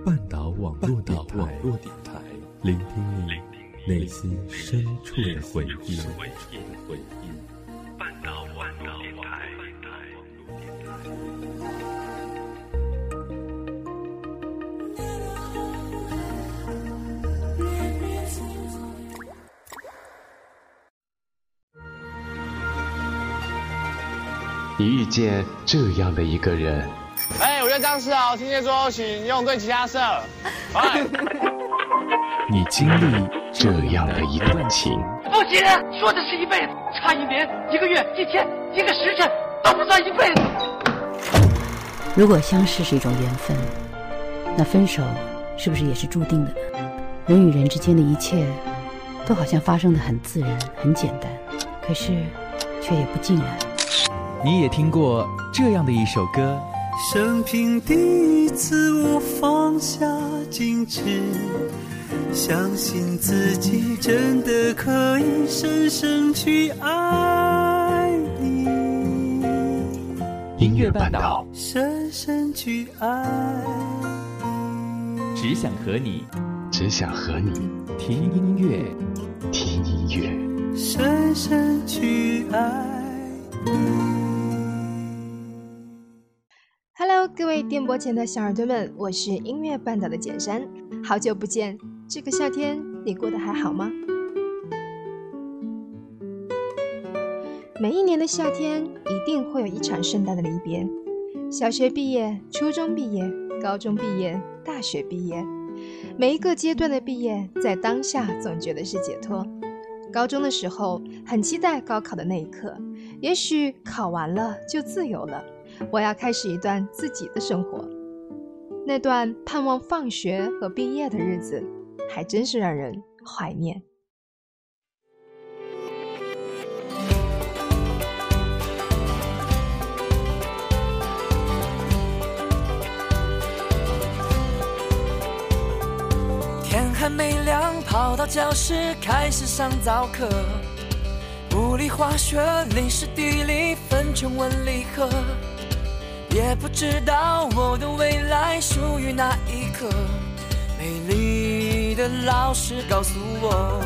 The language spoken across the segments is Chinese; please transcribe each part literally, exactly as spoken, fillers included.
半岛网络电台，聆听你内心深处的回忆。半岛网络电台。 你遇见这样的一个人， 哎，我叫张世豪，今天桌后请用对吉他社。哎， 你经历这样的一段情， 不行，说的是一辈子，差一年、一个月、一天、一个时辰都不算一辈子。 如果相识是一种缘分，那分手是不是也是注定的呢？人与人之间的一切都好像发生得很自然、很简单，可是却也不尽然。 你也听过这样的一首歌， 生平第一次我放下矜持，相信自己真的可以深深去爱你。 音乐半岛， 深深去爱你， 只想和你， 只想和你听音乐， 听音乐， 深深去爱你。 Hello， 各位电波前的小耳朵们，我是音乐半岛的简山，好久不见，这个夏天你过得还好吗？每一年的夏天一定会有一场盛大的离别，小学毕业、初中毕业、高中毕业、大学毕业，每一个阶段的毕业在当下总觉得是解脱。高中的时候很期待高考的那一刻，也许考完了就自由了，我要开始一段自己的生活。那段盼望放学和毕业的日子还真是让人怀念。 天还没亮，跑到教室开始上早课，物理化学历史地理分成文理科，也不知道我的未来属于哪一科。美丽的老师告诉我，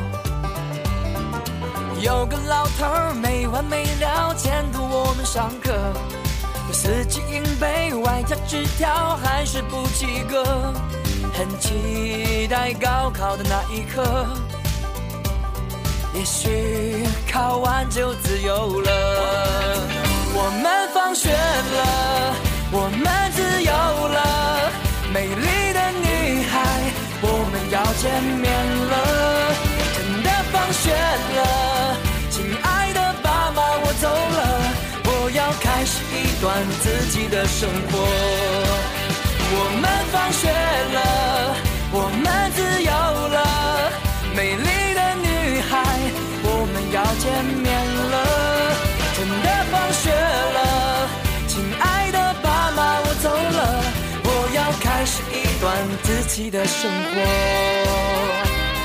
有个老头儿没完没了监督我们上课，我死记硬背外加纸条还是不及格，很期待高考的那一刻，也许考完就自由了。我们放学了，我们自由了，美丽的女孩，我们要见面了。真的放学了，亲爱的爸妈，我走了，我要开始一段自己的生活。我们放学了，我们自由了，美丽的女孩，我们要见面了。真的放学了，亲爱的爸妈，我走了，我要开始一段自己的生活。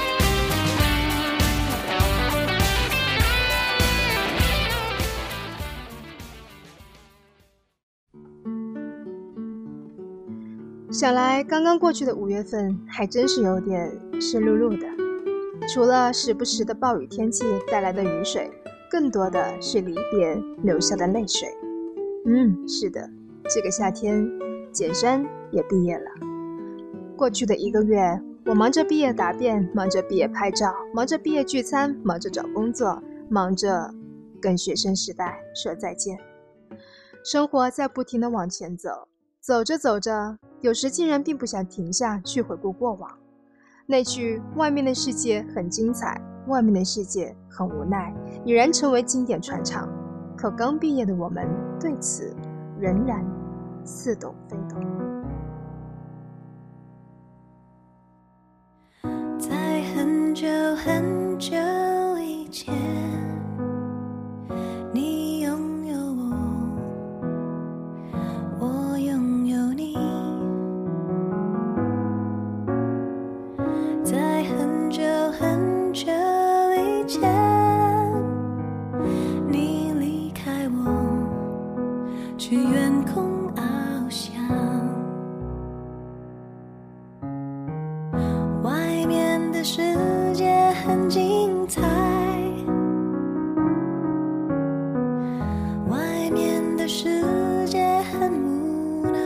想来刚刚过去的五月份还真是有点湿漉漉的，除了时不时的暴雨天气带来的雨水，更多的是离别留下的泪水。嗯，是的，这个夏天简山也毕业了。过去的一个月，我忙着毕业答辩，忙着毕业拍照，忙着毕业聚餐，忙着找工作，忙着跟学生时代说再见。生活在不停地往前走，走着走着，有时竟然并不想停下去回顾过往。那句外面的世界很精彩，外面的世界很无奈，已然成为经典传唱。可刚毕业的我们对此仍然似懂非懂。 在很久很久以前，你拥有我，我拥有你。在很久很久以前，你离开我，去远空翱翔。 的世界很精彩，外面的世界很无奈。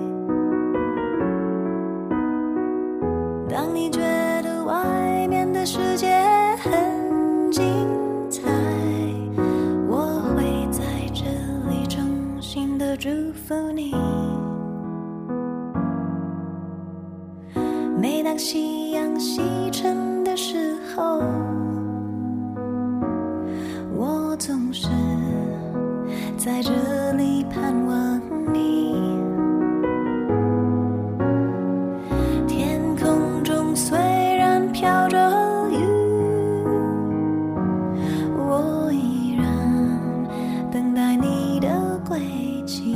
当你觉得外面的世界很精彩，我会在这里衷心的祝福你。每当夕阳西沉的时候，我总是在这里盼望你。天空中虽然飘着雨，我依然等待你的归期。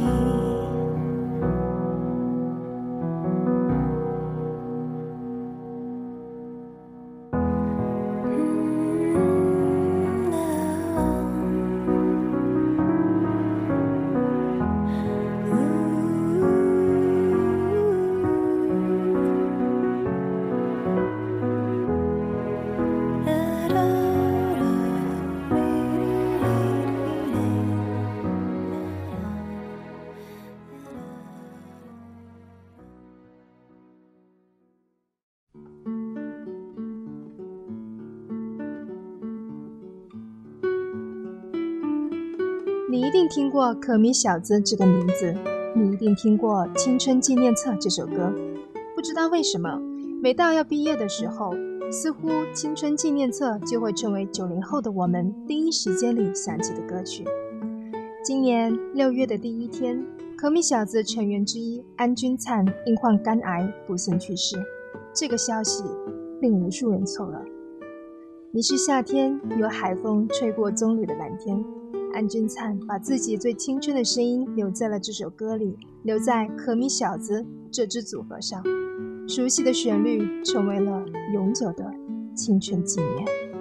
你一定听过可米小子这个名字，你一定听过《青春纪念册》这首歌。不知道为什么，每到要毕业的时候，似乎《青春纪念册》就会成为九零后的我们第一时间里想起的歌曲。今年六月的第一天，可米小子成员之一安钧璨因患肝癌不幸去世，这个消息令无数人错愕。你是夏天，有海风吹过棕榈的蓝天。安钧璨把自己最青春的声音留在了这首歌里，留在可米小子这支组合上。熟悉的旋律成为了永久的青春纪念。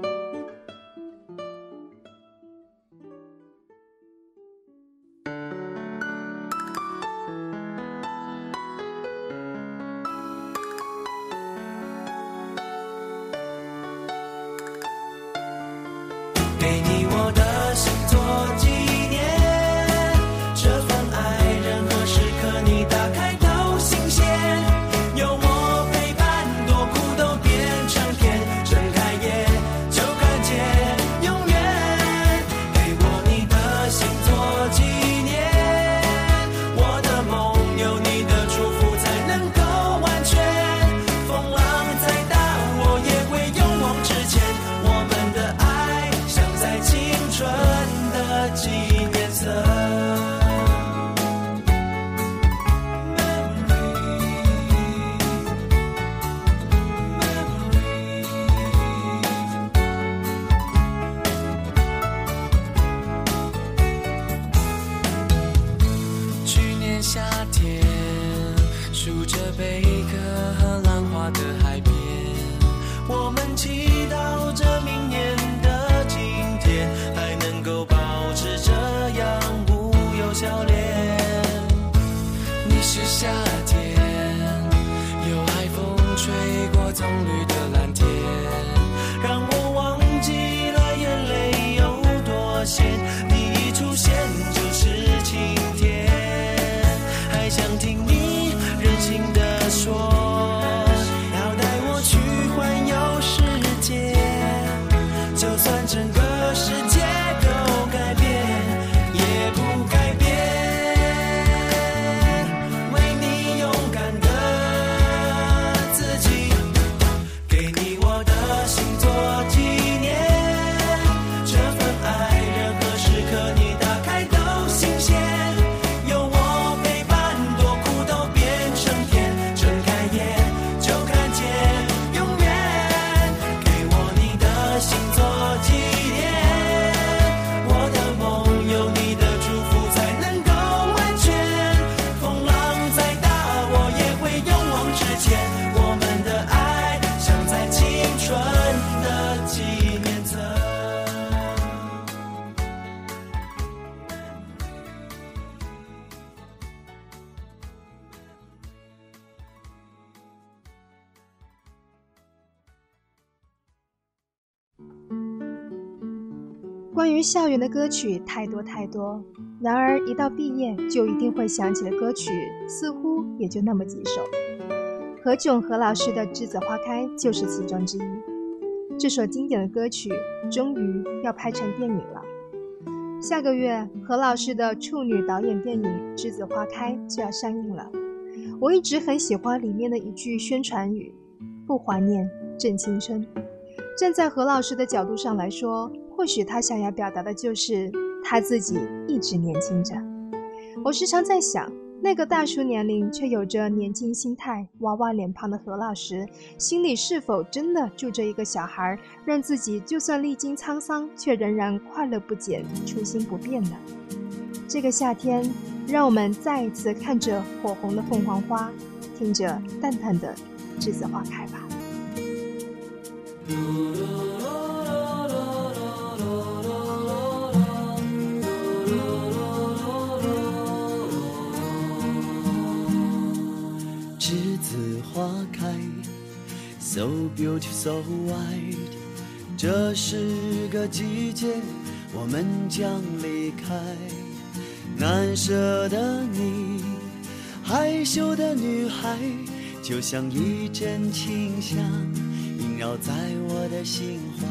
给你我的心做纪念，这份爱任何时刻你打开都新鲜，有我陪伴，多苦都变成甜，睁开眼就看见永远。给我你的心做纪念，我的梦有你的祝福才能够完全，风浪再大我也会勇往直前，我们的爱在青春的纪念册。去年夏天，数着贝壳和浪花的海边，我们祈祷着明年的今天还能够保持这样无忧笑脸。你是夏天，有海风吹过棕榈的蓝天，让我忘记了眼泪有多咸，你一出现就是晴天，还想听你任性地说要带我去环游世界，就算整个世界都改变也不改变，为你勇敢的自己。给关于校园的歌曲太多太多，然而一到毕业就一定会响起的歌曲似乎也就那么几首。何炅何老师的《栀子花开》就是其中之一。这首经典的歌曲终于要拍成电影了。下个月何老师的处女导演电影《栀子花开》就要上映了。我一直很喜欢里面的一句宣传语：不怀念，正青春。站在何老师的角度上来说，或许他想要表达的就是他自己一直年轻着。我时常在想，那个大叔年龄却有着年轻心态、娃娃脸庞的何老师，心里是否真的住着一个小孩，让自己就算历经沧桑，却仍然快乐不减、初心不变呢？这个夏天，让我们再一次看着火红的凤凰花，听着淡淡的栀子花开吧。 栀子花开 So beautiful, so white 这是个季节，我们将离开。难舍的你，害羞的女孩，就像一阵清香，萦绕在我的心怀。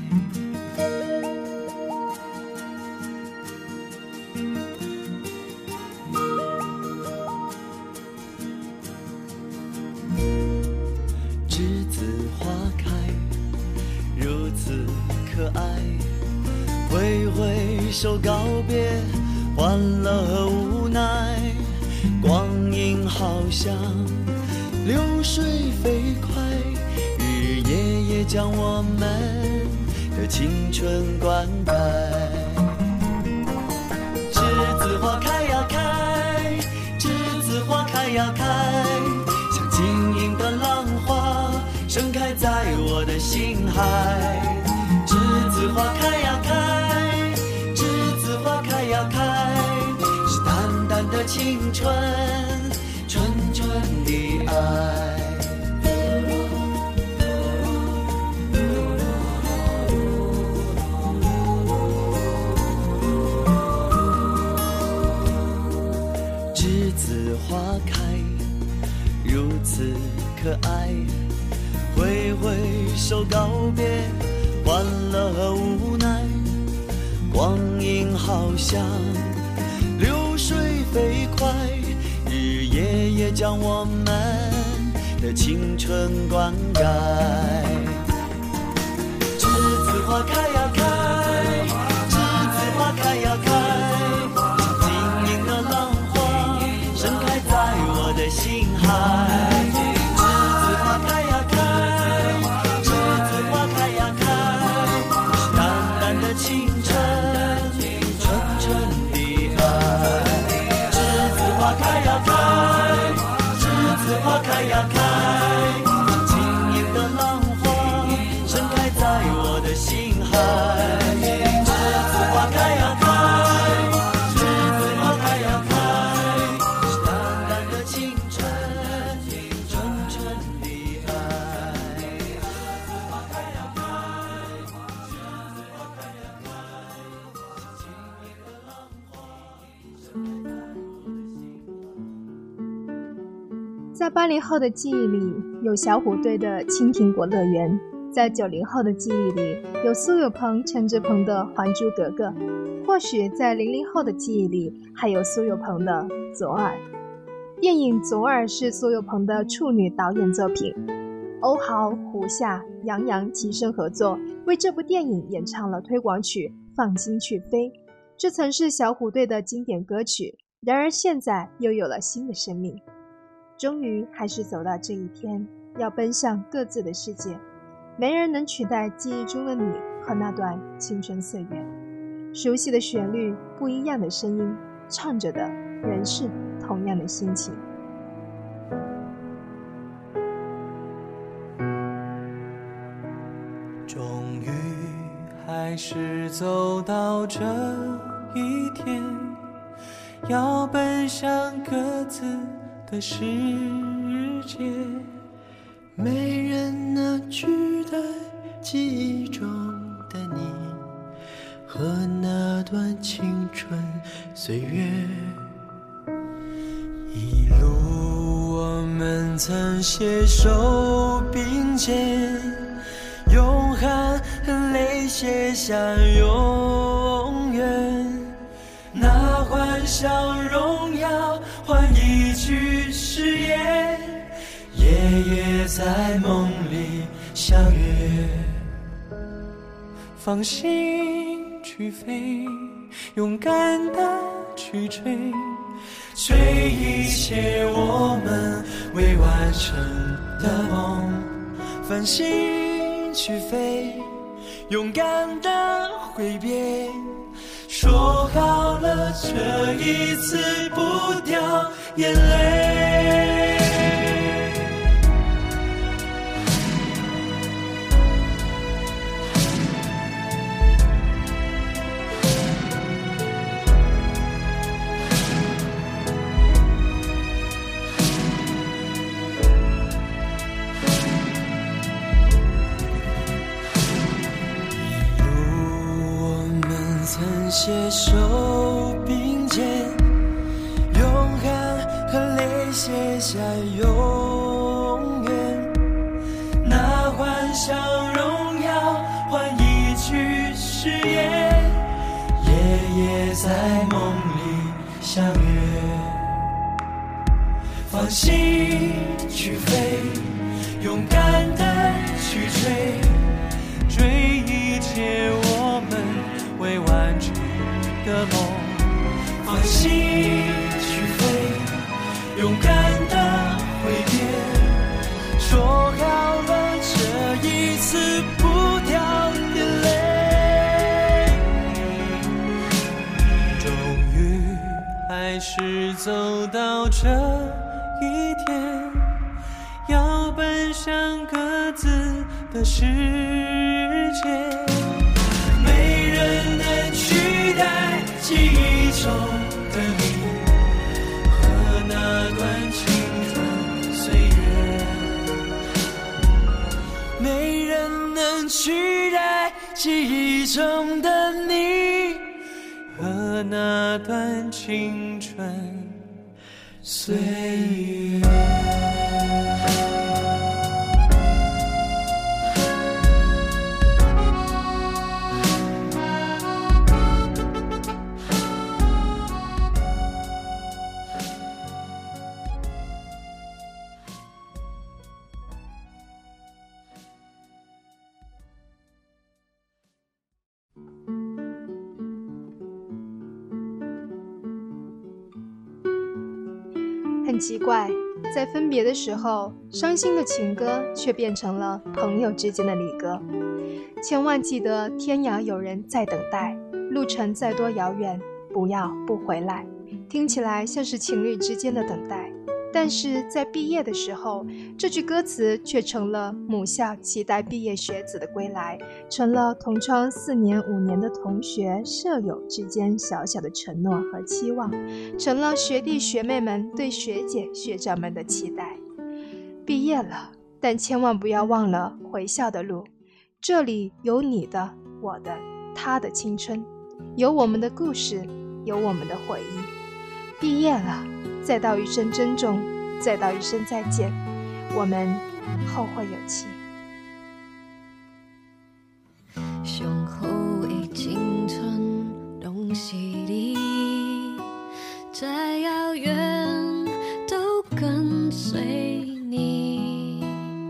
栀子花开，如此可爱，挥挥手告别欢乐和无奈，光阴好像流水飞快，日夜夜将我们的青春灌溉。栀子花开呀开，栀子花开呀开，像晶莹的浪花盛开在我的心海。栀子花开呀开，栀子花开呀开，是淡淡的青春，纯纯的爱。栀子花开，如此可爱，挥挥手告别欢乐和无奈，光阴好像流水飞快，日夜夜将我们的青春灌溉。栀子花开呀开，栀子花开呀开，像晶莹的浪花盛开在我的心海。栀子花开呀开，栀子花开呀开，是淡淡的青春，纯纯的爱。栀子花开呀开，栀子花开呀开，像晶莹的浪花盛开在我的心海。栀子花开呀开，栀子花开呀开，是淡淡的青春，纯纯的爱。栀子花开呀开，栀子花开呀开，像晶莹的浪花盛开在我的心海。 在八零后的记忆里，有小虎队的青苹果乐园；在九零后的记忆里，有苏有朋、陈志朋的还珠格格；或许在零零后的记忆里，还有苏有朋的左耳。电影《左耳》是苏有朋的处女导演作品，欧豪、胡夏、杨洋齐声合作，为这部电影演唱了推广曲《放心去飞》。这曾是小虎队的经典歌曲，然而现在又有了新的生命。终于还是走到这一天，要奔向各自的世界，没人能取代记忆中的你和那段青春岁月。熟悉的旋律，不一样的声音，唱着的仍是同样的心情。 终于还是走到这一天，要奔向各自的世界， 没人能取代记忆中的你和和那段青春岁月。一路我们曾携手并肩，用汗和泪写下永远。那欢笑荣耀换一句誓言，夜夜在梦里相约。放心去飞，勇敢的去追，追一切我们未完成的梦。放心去飞，勇敢的挥别，说好了这一次不掉眼泪。曾携手并肩，用汗和泪写下永远。那欢笑荣耀换一句誓言，夜夜在梦里相约。放心去飞，勇敢的去追，追一切我们未完成的梦。放心去飞，勇敢的挥别，说好了这一次不掉眼泪。终于还是走到这一天，要奔向各自的世界。记忆中的你和那段青春岁月，没人能取代记忆中的你和那段青春岁月。 很奇怪，在分别的时候，伤心的情歌却变成了朋友之间的离歌。千万记得天涯有人在等待，路程再多遥远，不要不回来。听起来像是情侣之间的等待，但是在毕业的时候，这句歌词却成了母校期待毕业学子的归来，成了同窗四年五年的同学舍友之间小小的承诺和期望，成了学弟学妹们对学姐学长们的期待。毕业了，但千万不要忘了回校的路，这里有你的、我的、他的青春，有我们的故事，有我们的回忆。毕业了，再道一声珍重，再道一声再见，我们后会有期。 上好的青春拢是你，再遥远都跟随你。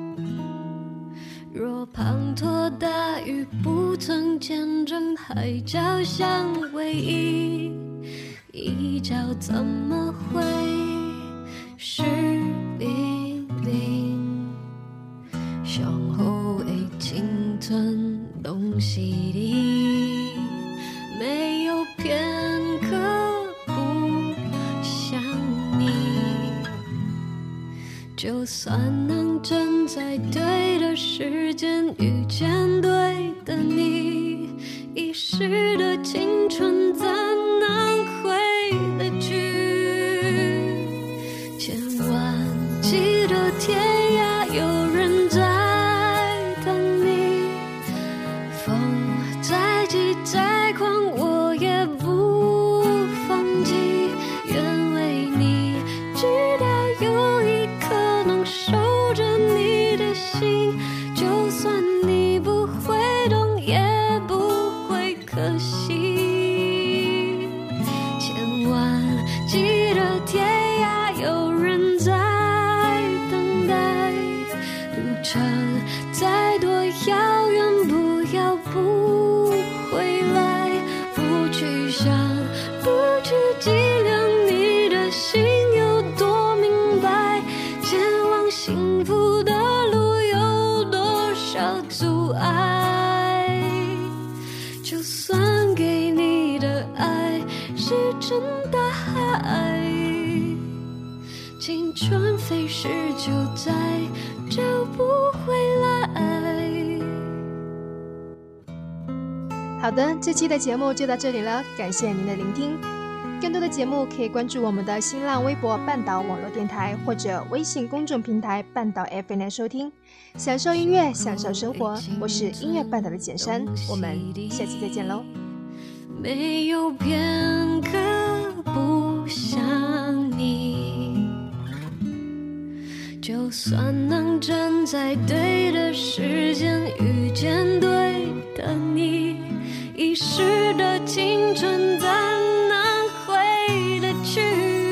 若滂沱大雨不曾见证海角相偎依，一角怎么会是冰冷？上好的青春拢是你，没有片刻不想你。就算能站在对的时间遇见对的你，遗失的青春怎能回得去？千万记得天涯有人在等你，风再急再狂幸福的路有多少阻碍？就算给你的爱是真大海，青春飞逝就再找不回来。 好的，这期的节目就到这里了，感谢您的聆听。更多的节目可以关注我们的新浪微博半岛网络电台或者微信公众平台半岛 F M 收听，享受音乐，享受生活。我是音乐半岛的简山，我们下期再见喽。 没有片刻不想你，就算能站在对的时间遇见对的你，遗失的青春怎能回得去？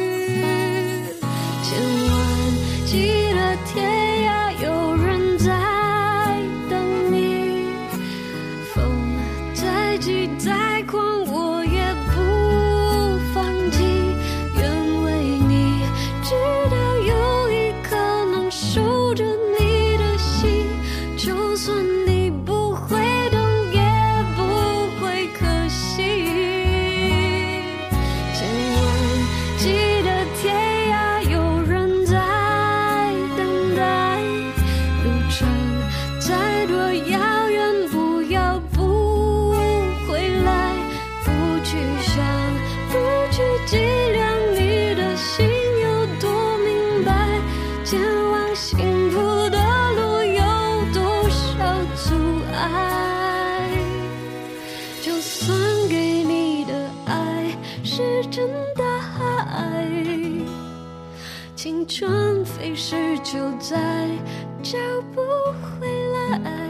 千万记得天涯有人在等你，风再急再狂我也不放弃，愿为你直到有一刻能守着你的心，就算你不会懂也不会可惜。千万记得天涯有人在等待，路程再多遥远不要不回来，不去想不去计量你的心有多明白，前往幸福的路有多少阻碍？就算给你的爱是真大海，青春飞逝就再找不回来。